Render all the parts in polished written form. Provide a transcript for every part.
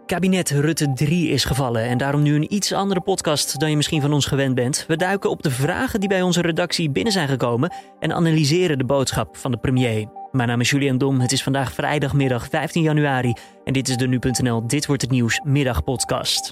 Kabinet Rutte 3 is gevallen en daarom nu een iets andere podcast dan je misschien van ons gewend bent. We duiken op de vragen die bij onze redactie binnen zijn gekomen en analyseren de boodschap van de premier. Mijn naam is Julian Dom, het is vandaag vrijdagmiddag 15 januari en dit is de Nu.nl Dit Wordt Het Nieuws middagpodcast.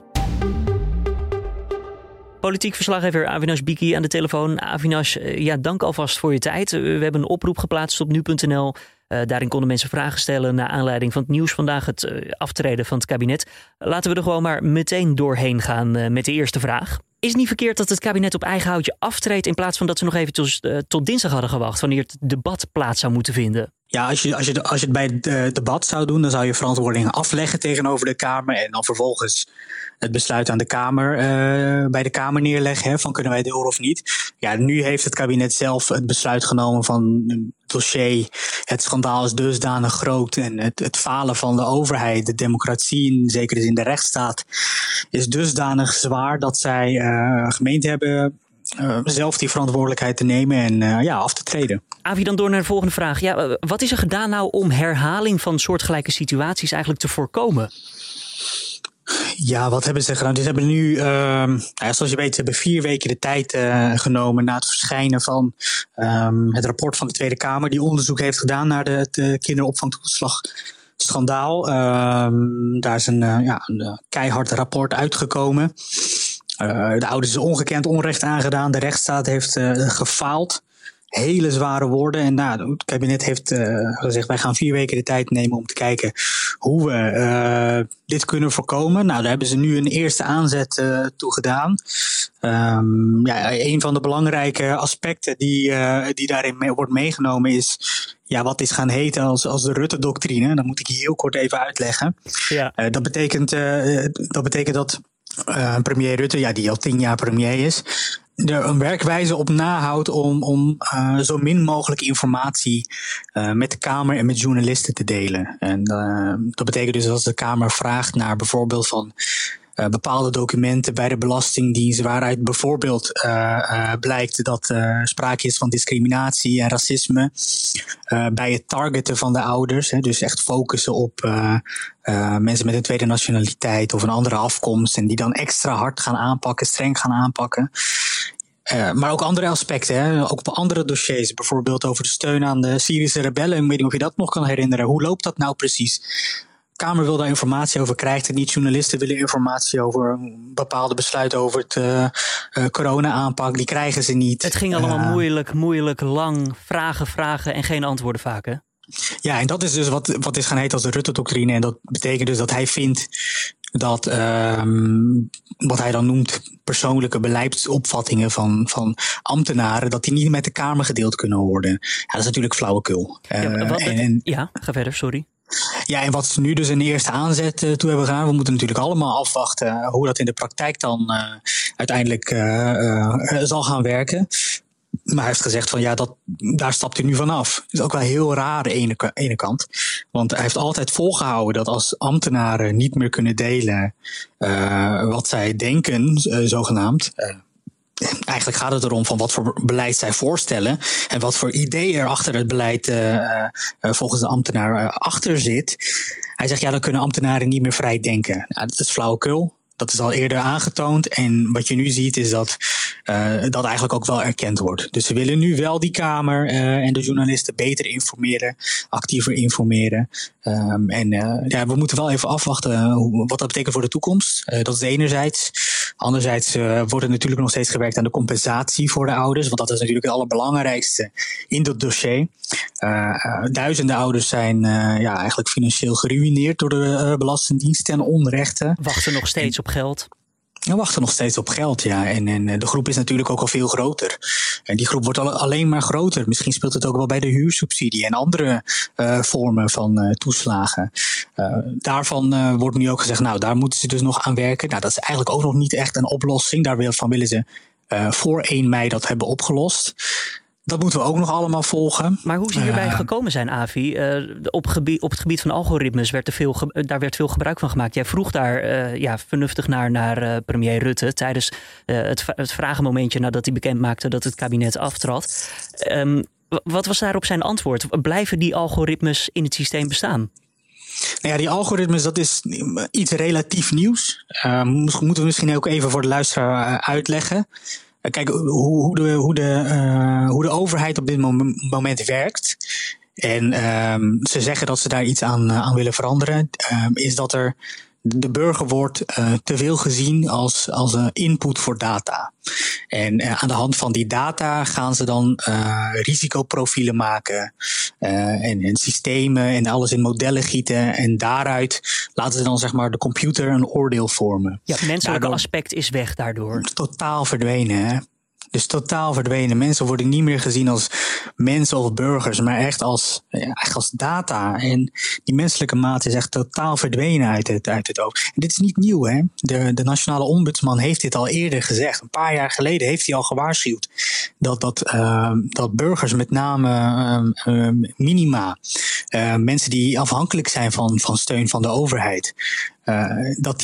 Politiek verslaggever Avinash Biki aan de telefoon. Avinash, dank alvast voor je tijd. We hebben een oproep geplaatst op Nu.nl. Daarin konden mensen vragen stellen naar aanleiding van het nieuws vandaag, het aftreden van het kabinet. Laten we er gewoon maar meteen doorheen gaan met de eerste vraag. Is het niet verkeerd dat het kabinet op eigen houtje aftreedt in plaats van dat ze nog even tot dinsdag hadden gewacht, wanneer het debat plaats zou moeten vinden? Ja, als je het bij het debat zou doen, dan zou je verantwoording afleggen tegenover de Kamer en dan vervolgens het besluit aan de Kamer, bij de Kamer neerleggen, hè, van kunnen wij door of niet. Ja, nu heeft het kabinet zelf het besluit genomen van het dossier. Het schandaal is dusdanig groot en het falen van de overheid, de democratie, zeker in de rechtsstaat, is dusdanig zwaar dat zij gemeend hebben zelf die verantwoordelijkheid te nemen en af te treden. Avi, dan door naar de volgende vraag. Ja, wat is er gedaan nou om herhaling van soortgelijke situaties eigenlijk te voorkomen? Ja, wat hebben ze gedaan? Dus ze hebben nu, zoals je weet, ze hebben 4 weken de tijd genomen na het verschijnen van het rapport van de Tweede Kamer, die onderzoek heeft gedaan naar het kinderopvangtoeslagschandaal. Daar is een keihard rapport uitgekomen. De ouders is ongekend onrecht aangedaan. De rechtsstaat heeft gefaald. Hele zware woorden. En het kabinet heeft gezegd, wij gaan 4 weken de tijd nemen om te kijken hoe we dit kunnen voorkomen. Nou, daar hebben ze nu een eerste aanzet toe gedaan. Een van de belangrijke aspecten die daarin wordt meegenomen is wat is gaan heten als de Rutte-doctrine. Dat moet ik heel kort even uitleggen. Ja. Dat betekent dat premier Rutte, die al 10 jaar premier is, er een werkwijze op nahoudt om zo min mogelijk informatie met de Kamer en met journalisten te delen. En dat betekent dus als de Kamer vraagt naar bijvoorbeeld van bepaalde documenten bij de Belastingdienst, waaruit bijvoorbeeld blijkt dat sprake is van discriminatie en racisme bij het targeten van de ouders. Dus echt focussen op mensen met een tweede nationaliteit of een andere afkomst en die dan extra hard gaan aanpakken, streng gaan aanpakken. Maar ook andere aspecten, hè? Ook op andere dossiers, bijvoorbeeld over de steun aan de Syrische rebellen. Ik weet niet of je dat nog kan herinneren. Hoe loopt dat nou precies? De Kamer wil daar informatie over, krijgt het niet. Journalisten willen informatie over bepaalde besluiten over het corona-aanpak. Die krijgen ze niet. Het ging allemaal moeilijk, lang. Vragen en geen antwoorden vaak, hè? Ja, en dat is dus wat is gaan heten als de Rutte-doctrine. En dat betekent dus dat hij vindt dat wat hij dan noemt persoonlijke beleidsopvattingen van ambtenaren, dat die niet met de Kamer gedeeld kunnen worden. Ja, dat is natuurlijk flauwekul. Ga verder, sorry. Ja, en wat ze nu dus een eerste aanzet toe hebben gedaan, we moeten natuurlijk allemaal afwachten hoe dat in de praktijk dan uiteindelijk zal gaan werken. Maar hij heeft gezegd van daar stapt hij nu vanaf. Dat is ook wel heel raar aan de ene kant. Want hij heeft altijd volgehouden dat als ambtenaren niet meer kunnen delen wat zij denken, zogenaamd. Eigenlijk gaat het erom van wat voor beleid zij voorstellen en wat voor ideeën er achter het beleid volgens de ambtenaar achter zit. Hij zegt dan kunnen ambtenaren niet meer vrij denken. Dat is flauwekul. Dat is al eerder aangetoond en wat je nu ziet is dat dat eigenlijk ook wel erkend wordt. Dus ze willen nu wel die Kamer en de journalisten beter informeren, actiever informeren. We moeten wel even afwachten wat dat betekent voor de toekomst. Dat is enerzijds. Anderzijds wordt er natuurlijk nog steeds gewerkt aan de compensatie voor de ouders, want dat is natuurlijk het allerbelangrijkste in dat dossier. Duizenden ouders zijn eigenlijk financieel geruïneerd door de Belastingdienst ten onrechte. Wachten nog steeds op geld. We wachten nog steeds op geld, ja. En de groep is natuurlijk ook al veel groter. En die groep wordt alleen maar groter. Misschien speelt het ook wel bij de huursubsidie en andere vormen van toeslagen. Daarvan wordt nu ook gezegd, daar moeten ze dus nog aan werken. Dat is eigenlijk ook nog niet echt een oplossing. Daarvan willen ze voor 1 mei dat hebben opgelost. Dat moeten we ook nog allemaal volgen. Maar hoe ze hierbij gekomen zijn, Avi? Op het gebied van algoritmes daar werd veel gebruik van gemaakt. Jij vroeg daar vernuftig naar premier Rutte tijdens het vragenmomentje nadat hij bekend maakte dat het kabinet aftrad. Wat was daarop zijn antwoord? Blijven die algoritmes in het systeem bestaan? Nou ja, die algoritmes, dat is iets relatief nieuws. Moeten we misschien ook even voor de luisteraar uitleggen. Kijk, hoe de overheid op dit moment werkt. En ze zeggen dat ze daar iets aan willen veranderen. Is dat de burger wordt te veel gezien als een input voor data. En aan de hand van die data gaan ze dan risicoprofielen maken en systemen en alles in modellen gieten. En daaruit laten ze dan zeg maar de computer een oordeel vormen. Ja, het menselijke aspect is weg daardoor. Totaal verdwenen, hè. Dus totaal verdwenen. Mensen worden niet meer gezien als mensen of burgers, maar echt als data. En die menselijke maat is echt totaal verdwenen uit het oog. En dit is niet nieuw, hè. De Nationale Ombudsman heeft dit al eerder gezegd. Een paar jaar geleden heeft hij al gewaarschuwd dat burgers, met name minima, mensen die afhankelijk zijn van steun van de overheid, dat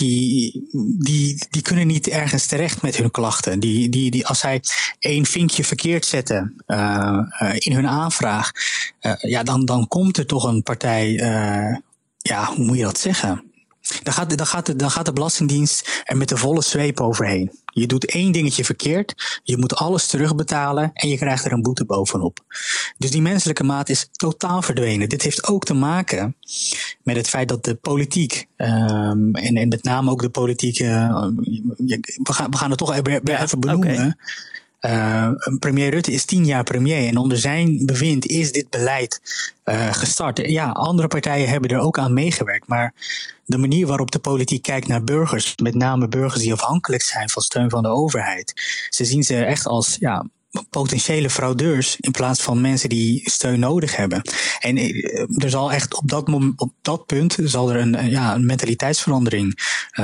die kunnen niet ergens terecht met hun klachten. Die als zij 1 vinkje verkeerd zetten in hun aanvraag, dan komt er toch een partij, hoe moet je dat zeggen? Dan gaat de Belastingdienst er met de volle zweep overheen. Je doet 1 dingetje verkeerd, je moet alles terugbetalen en je krijgt er een boete bovenop. Dus die menselijke maat is totaal verdwenen. Dit heeft ook te maken met het feit dat de politiek, en met name ook de politiek, we gaan het toch even benoemen. Okay. Premier Rutte is 10 jaar premier en onder zijn bewind is dit beleid gestart. Ja, andere partijen hebben er ook aan meegewerkt, maar de manier waarop de politiek kijkt naar burgers, met name burgers die afhankelijk zijn van steun van de overheid, ze zien ze echt als potentiële fraudeurs in plaats van mensen die steun nodig hebben. En er zal echt op dat punt zal er een mentaliteitsverandering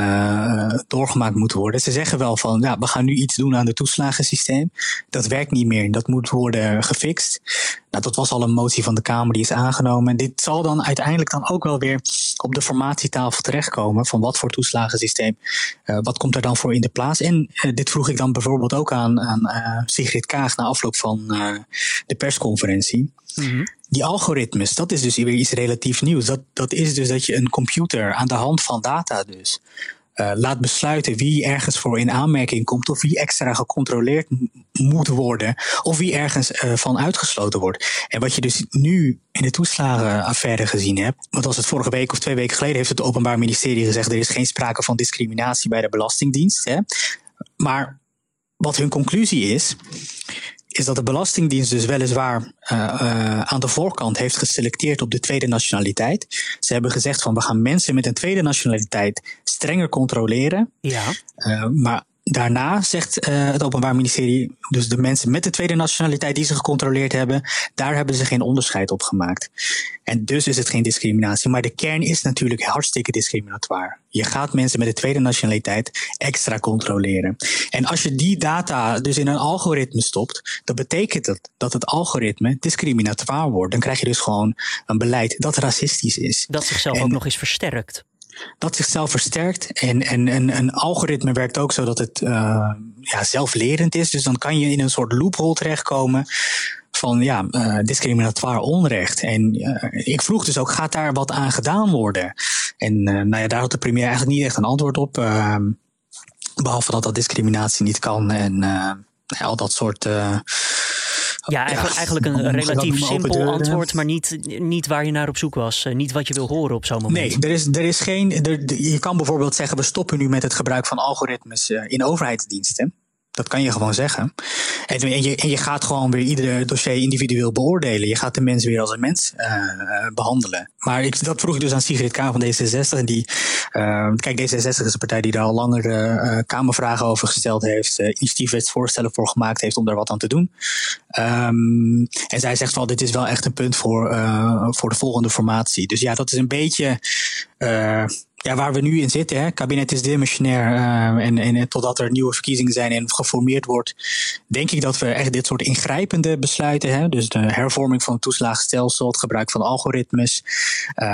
doorgemaakt moeten worden. Ze zeggen wel van, we gaan nu iets doen aan het toeslagensysteem. Dat werkt niet meer. Dat moet worden gefixt. Nou, dat was al een motie van de Kamer die is aangenomen. En dit zal dan uiteindelijk dan ook wel weer op de formatietafel terechtkomen van wat voor toeslagensysteem, wat komt er dan voor in de plaats. En dit vroeg ik dan bijvoorbeeld ook aan Sigrid Kaag na afloop van de persconferentie. Mm-hmm. Die algoritmes, dat is dus weer iets relatief nieuws. Dat is dus dat je een computer aan de hand van data dus laat besluiten wie ergens voor in aanmerking komt, of wie extra gecontroleerd moet worden, of wie ergens van uitgesloten wordt. En wat je dus nu in de toeslagenaffaire gezien hebt, want als het vorige week of 2 weken geleden heeft het Openbaar Ministerie gezegd, er is geen sprake van discriminatie bij de Belastingdienst. Hè? Maar wat hun conclusie is dat de Belastingdienst dus weliswaar aan de voorkant heeft geselecteerd op de tweede nationaliteit. Ze hebben gezegd van, we gaan mensen met een tweede nationaliteit strenger controleren. Ja. Maar daarna zegt het Openbaar Ministerie, dus de mensen met de tweede nationaliteit die ze gecontroleerd hebben, daar hebben ze geen onderscheid op gemaakt. En dus is het geen discriminatie. Maar de kern is natuurlijk hartstikke discriminatoire. Je gaat mensen met de tweede nationaliteit extra controleren. En als je die data dus in een algoritme stopt, dan betekent dat het algoritme discriminatoire wordt. Dan krijg je dus gewoon een beleid dat racistisch is. Dat zichzelf ook nog eens versterkt. Dat zichzelf versterkt. En een algoritme werkt ook zo dat het zelflerend is. Dus dan kan je in een soort loophole terechtkomen van discriminatoire onrecht. En ik vroeg dus ook, gaat daar wat aan gedaan worden? En daar had de premier eigenlijk niet echt een antwoord op. Behalve dat discriminatie niet kan en al dat soort. Eigenlijk een relatief simpel antwoord, maar niet waar je naar op zoek was. Niet wat je wil horen op zo'n moment. Nee, er is geen. Je kan bijvoorbeeld zeggen, we stoppen nu met het gebruik van algoritmes in overheidsdiensten. Dat kan je gewoon zeggen. En je gaat gewoon weer iedere dossier individueel beoordelen. Je gaat de mens weer als een mens behandelen. Maar dat vroeg ik dus aan Sigrid Kaag van D66. Kijk, D66 is een partij die daar al langer Kamervragen over gesteld heeft. Initiatiefwetsvoorstellen voor gemaakt heeft om daar wat aan te doen. En zij zegt wel, dit is wel echt een punt voor de volgende formatie. Dus ja, dat is een beetje waar we nu in zitten. Het kabinet is demissionair en totdat er nieuwe verkiezingen zijn en geformeerd wordt, denk ik dat we echt dit soort ingrijpende besluiten, dus de hervorming van het toeslagenstelsel, het gebruik van algoritmes,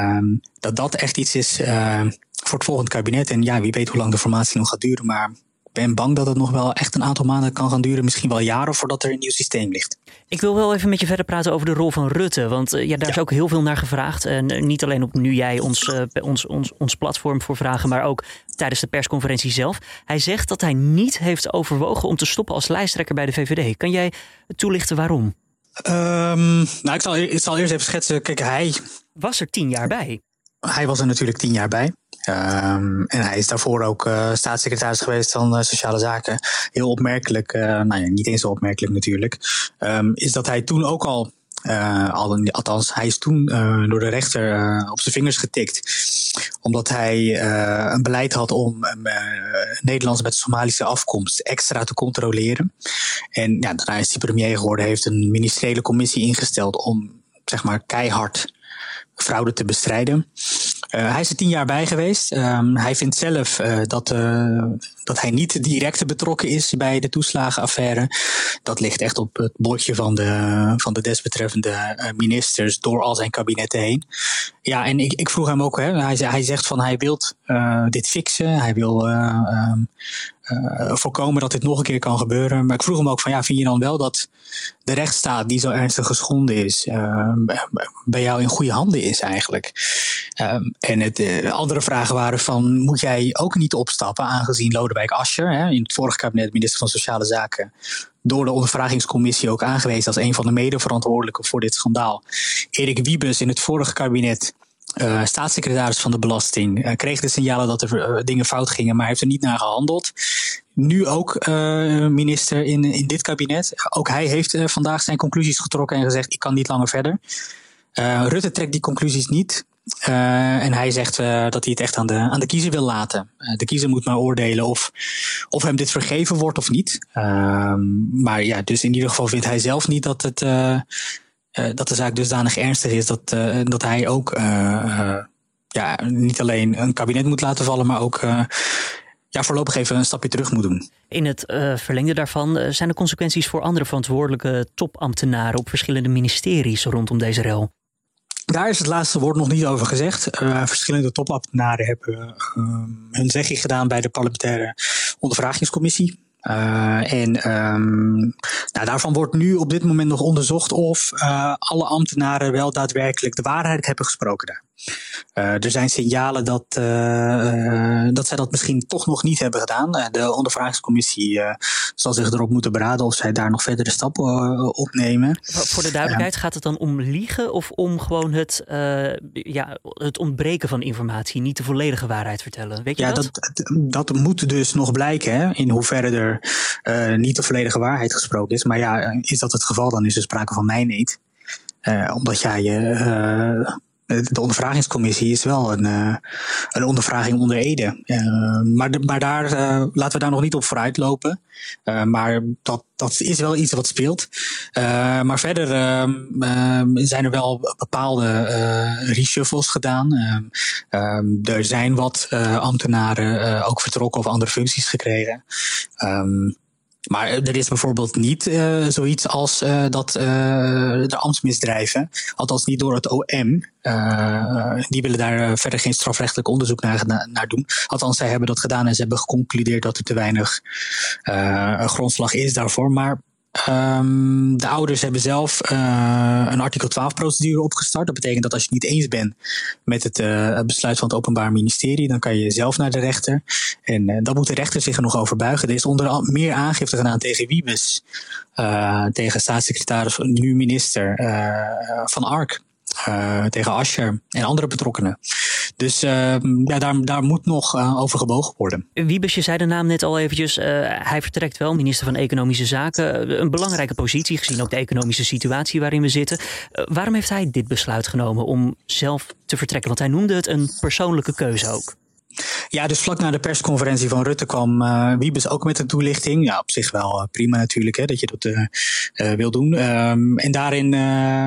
dat echt iets is voor het volgende kabinet. En wie weet hoe lang de formatie nog gaat duren, maar ben bang dat het nog wel echt een aantal maanden kan gaan duren. Misschien wel jaren voordat er een nieuw systeem ligt. Ik wil wel even met je verder praten over de rol van Rutte. Want daar is ook heel veel naar gevraagd. En niet alleen op Nu Jij ons platform voor vragen, maar ook tijdens de persconferentie zelf. Hij zegt dat hij niet heeft overwogen om te stoppen als lijsttrekker bij de VVD. Kan jij toelichten waarom? Ik zal eerst even schetsen. Kijk, hij was er 10 jaar bij. Hij was er natuurlijk 10 jaar bij. En hij is daarvoor ook staatssecretaris geweest van Sociale Zaken. Heel opmerkelijk, niet eens zo opmerkelijk natuurlijk, is dat hij toen ook althans, hij is toen door de rechter op zijn vingers getikt. Omdat hij een beleid had om Nederlanders met Somalische afkomst extra te controleren. En daarna is hij premier geworden, heeft een ministeriële commissie ingesteld om, zeg maar, keihard fraude te bestrijden. Hij is er 10 jaar bij geweest. Hij vindt zelf dat hij niet direct betrokken is bij de toeslagenaffaire. Dat ligt echt op het bordje van de desbetreffende ministers door al zijn kabinetten heen. Ja, en ik vroeg hem ook, hij zegt van hij wil dit fixen. Hij wil voorkomen dat dit nog een keer kan gebeuren. Maar ik vroeg hem ook van vind je dan wel dat de rechtsstaat die zo ernstig geschonden is bij jou in goede handen is eigenlijk? En andere vragen waren van, moet jij ook niet opstappen aangezien Lodewijk Asscher, in het vorige kabinet minister van Sociale Zaken, door de ondervragingscommissie ook aangewezen als een van de medeverantwoordelijken voor dit schandaal. Erik Wiebes in het vorige kabinet, staatssecretaris van de Belasting, kreeg de signalen dat er dingen fout gingen, maar heeft er niet naar gehandeld. Nu ook minister in dit kabinet. Ook hij heeft vandaag zijn conclusies getrokken en gezegd, ik kan niet langer verder. Rutte trekt die conclusies niet. En hij zegt dat hij het echt aan de kiezer wil laten. De kiezer moet maar oordelen of hem dit vergeven wordt of niet. Maar dus in ieder geval vindt hij zelf niet dat de zaak dusdanig ernstig is dat hij ook niet alleen een kabinet moet laten vallen, maar ook voorlopig even een stapje terug moet doen. In het verlengde daarvan zijn er consequenties voor andere verantwoordelijke topambtenaren op verschillende ministeries rondom deze rel. Daar is het laatste woord nog niet over gezegd. Verschillende topambtenaren hebben hun zegje gedaan bij de parlementaire ondervragingscommissie. Daarvan wordt nu op dit moment nog onderzocht of alle ambtenaren wel daadwerkelijk de waarheid hebben gesproken daar. Er zijn signalen dat zij dat misschien toch nog niet hebben gedaan. De ondervragingscommissie zal zich erop moeten beraden of zij daar nog verdere stappen opnemen. Voor de duidelijkheid, gaat het dan om liegen of om gewoon het ontbreken van informatie, niet de volledige waarheid vertellen? Weet je dat? Dat moet dus nog blijken, in hoeverre er niet de volledige waarheid gesproken is. Maar is dat het geval, dan is er sprake van mijneed. Omdat de ondervragingscommissie is wel een ondervraging onder ede. Maar daar laten we daar nog niet op vooruit lopen. Maar dat is wel iets wat speelt. Maar verder zijn er wel bepaalde reshuffles gedaan. Er zijn wat ambtenaren ook vertrokken of andere functies gekregen. Maar er is bijvoorbeeld niet zoiets als dat de ambtsmisdrijven, althans niet door het OM, die willen daar verder geen strafrechtelijk onderzoek naar doen. Althans, zij hebben dat gedaan en ze hebben geconcludeerd dat er te weinig grondslag is daarvoor. Maar de ouders hebben zelf een artikel 12-procedure opgestart. Dat betekent dat als je het niet eens bent met het besluit van het Openbaar Ministerie, dan kan je zelf naar de rechter. En dan moet de rechter zich er nog over buigen. Er is onder meer aangifte gedaan tegen Wiebes, tegen staatssecretaris, nu minister van Ark. Tegen Asscher en andere betrokkenen. Dus daar moet nog over gebogen worden. Wiebes, je zei de naam net al eventjes. Hij vertrekt wel, minister van Economische Zaken. Een belangrijke positie, gezien ook de economische situatie waarin we zitten. Waarom heeft hij dit besluit genomen om zelf te vertrekken? Want hij noemde het een persoonlijke keuze ook. Ja, dus vlak na de persconferentie van Rutte kwam Wiebes ook met een toelichting. Ja, op zich wel prima natuurlijk, dat je dat wil doen. En daarin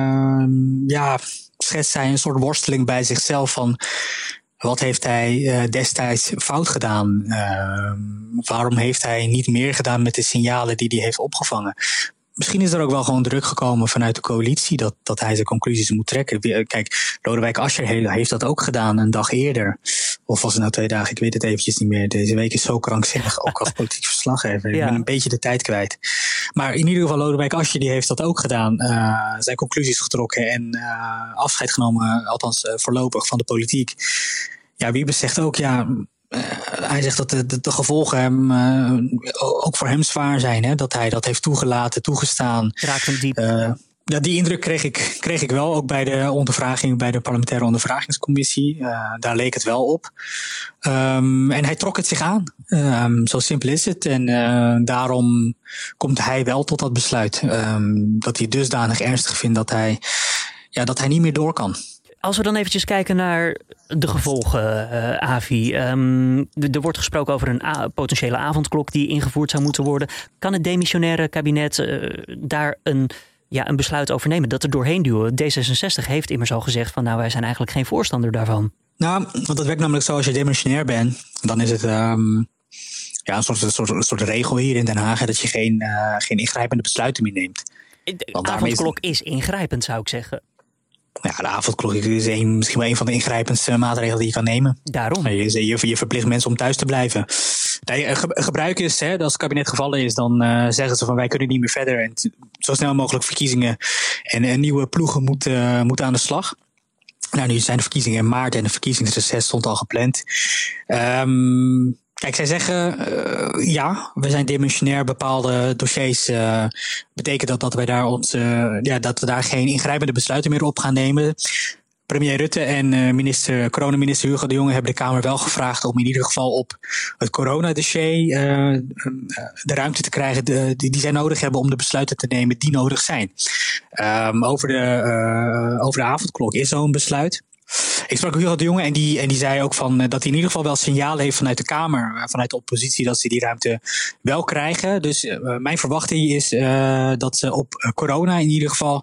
schetst hij een soort worsteling bij zichzelf van, wat heeft hij destijds fout gedaan? Waarom heeft hij niet meer gedaan met de signalen die hij heeft opgevangen? misschien is er ook wel gewoon druk gekomen vanuit de coalitie dat hij zijn conclusies moet trekken. Kijk, Lodewijk Asscher heeft dat ook gedaan een dag eerder. Of was het nou 2 dagen? Ik weet het eventjes niet meer. Deze week is zo krankzinnig, ook als politiek verslaggever. Ik ben een beetje de tijd kwijt. Maar in ieder geval, Lodewijk Asscher die heeft dat ook gedaan. Zijn conclusies getrokken en afscheid genomen, althans voorlopig, van de politiek. Ja, Wiebes zegt ook, hij zegt dat de gevolgen hem, ook voor hem zwaar zijn. Hè? Dat hij dat heeft toegestaan. Raakt hem diep. Die indruk kreeg ik wel, ook bij de ondervraging, bij de parlementaire ondervragingscommissie. Daar leek het wel op. En hij trok het zich aan. Zo simpel is het. En daarom komt hij wel tot dat besluit. Dat hij dusdanig ernstig vindt dat hij niet meer door kan. Als we dan eventjes kijken naar de gevolgen, Avi. Er wordt gesproken over een potentiële avondklok die ingevoerd zou moeten worden. Kan het demissionaire kabinet daar een besluit over nemen, dat er doorheen duwen? D66 heeft immers al gezegd van wij zijn eigenlijk geen voorstander daarvan. Nou, want dat werkt namelijk zo, als je demissionair bent, dan is het een soort regel hier in Den Haag, dat je geen ingrijpende besluiten meer neemt. De avondklok is ingrijpend, zou ik zeggen. Ja, de avondklok is misschien wel een van de ingrijpendste maatregelen die je kan nemen. Daarom. Je verplicht mensen om thuis te blijven. Gebruik is, als het kabinet gevallen is, dan zeggen ze van wij kunnen niet meer verder. En zo snel mogelijk verkiezingen en nieuwe ploegen moeten aan de slag. Nou, nu zijn de verkiezingen in maart en de verkiezingsreces stond al gepland. Kijk, zij zeggen, we zijn dimensionair, bepaalde dossiers betekent dat wij daar dat we daar geen ingrijpende besluiten meer op gaan nemen. Premier Rutte en coronaminister Hugo de Jonge hebben de Kamer wel gevraagd om in ieder geval op het coronadossier de ruimte te krijgen die zij nodig hebben om de besluiten te nemen die nodig zijn. Over de avondklok is zo'n besluit. Ik sprak Hugo de Jonge en die zei ook dat hij in ieder geval wel signaal heeft vanuit de Kamer, vanuit de oppositie, dat ze die ruimte wel krijgen. Dus mijn verwachting is dat ze op corona in ieder geval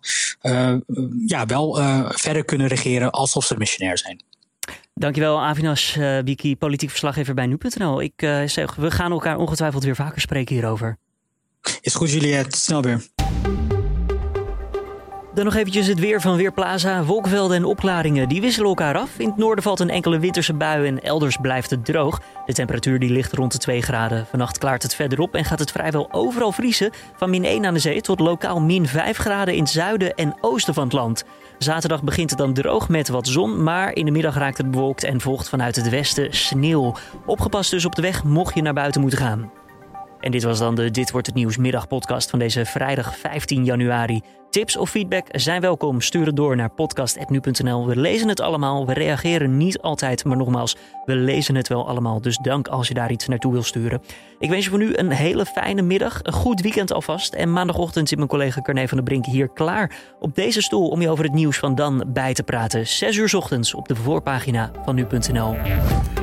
wel verder kunnen regeren alsof ze missionair zijn. Dankjewel, Avinash Biki, politiek verslaggever bij nu.nl. Ik zeg, we gaan elkaar ongetwijfeld weer vaker spreken hierover. Is goed, Juliette. Tot snel weer. Dan nog eventjes het weer van Weerplaza. Wolkenvelden en opklaringen die wisselen elkaar af. In het noorden valt een enkele winterse bui en elders blijft het droog. De temperatuur die ligt rond de 2 graden. Vannacht klaart het verder op en gaat het vrijwel overal vriezen. Van -1 aan de zee tot lokaal -5 graden in het zuiden en oosten van het land. Zaterdag begint het dan droog met wat zon, maar in de middag raakt het bewolkt en volgt vanuit het westen sneeuw. Opgepast dus op de weg mocht je naar buiten moeten gaan. En dit was dan de Dit Wordt Het Nieuws middagpodcast van deze vrijdag 15 januari. Tips of feedback zijn welkom. Stuur het door naar podcast@nu.nl. We lezen het allemaal. We reageren niet altijd, maar nogmaals, we lezen het wel allemaal. Dus dank als je daar iets naartoe wil sturen. Ik wens je voor nu een hele fijne middag. Een goed weekend alvast. En maandagochtend zit mijn collega Carne van der Brink hier klaar op deze stoel om je over het nieuws van dan bij te praten. 6 uur 's ochtends op de voorpagina van nu.nl.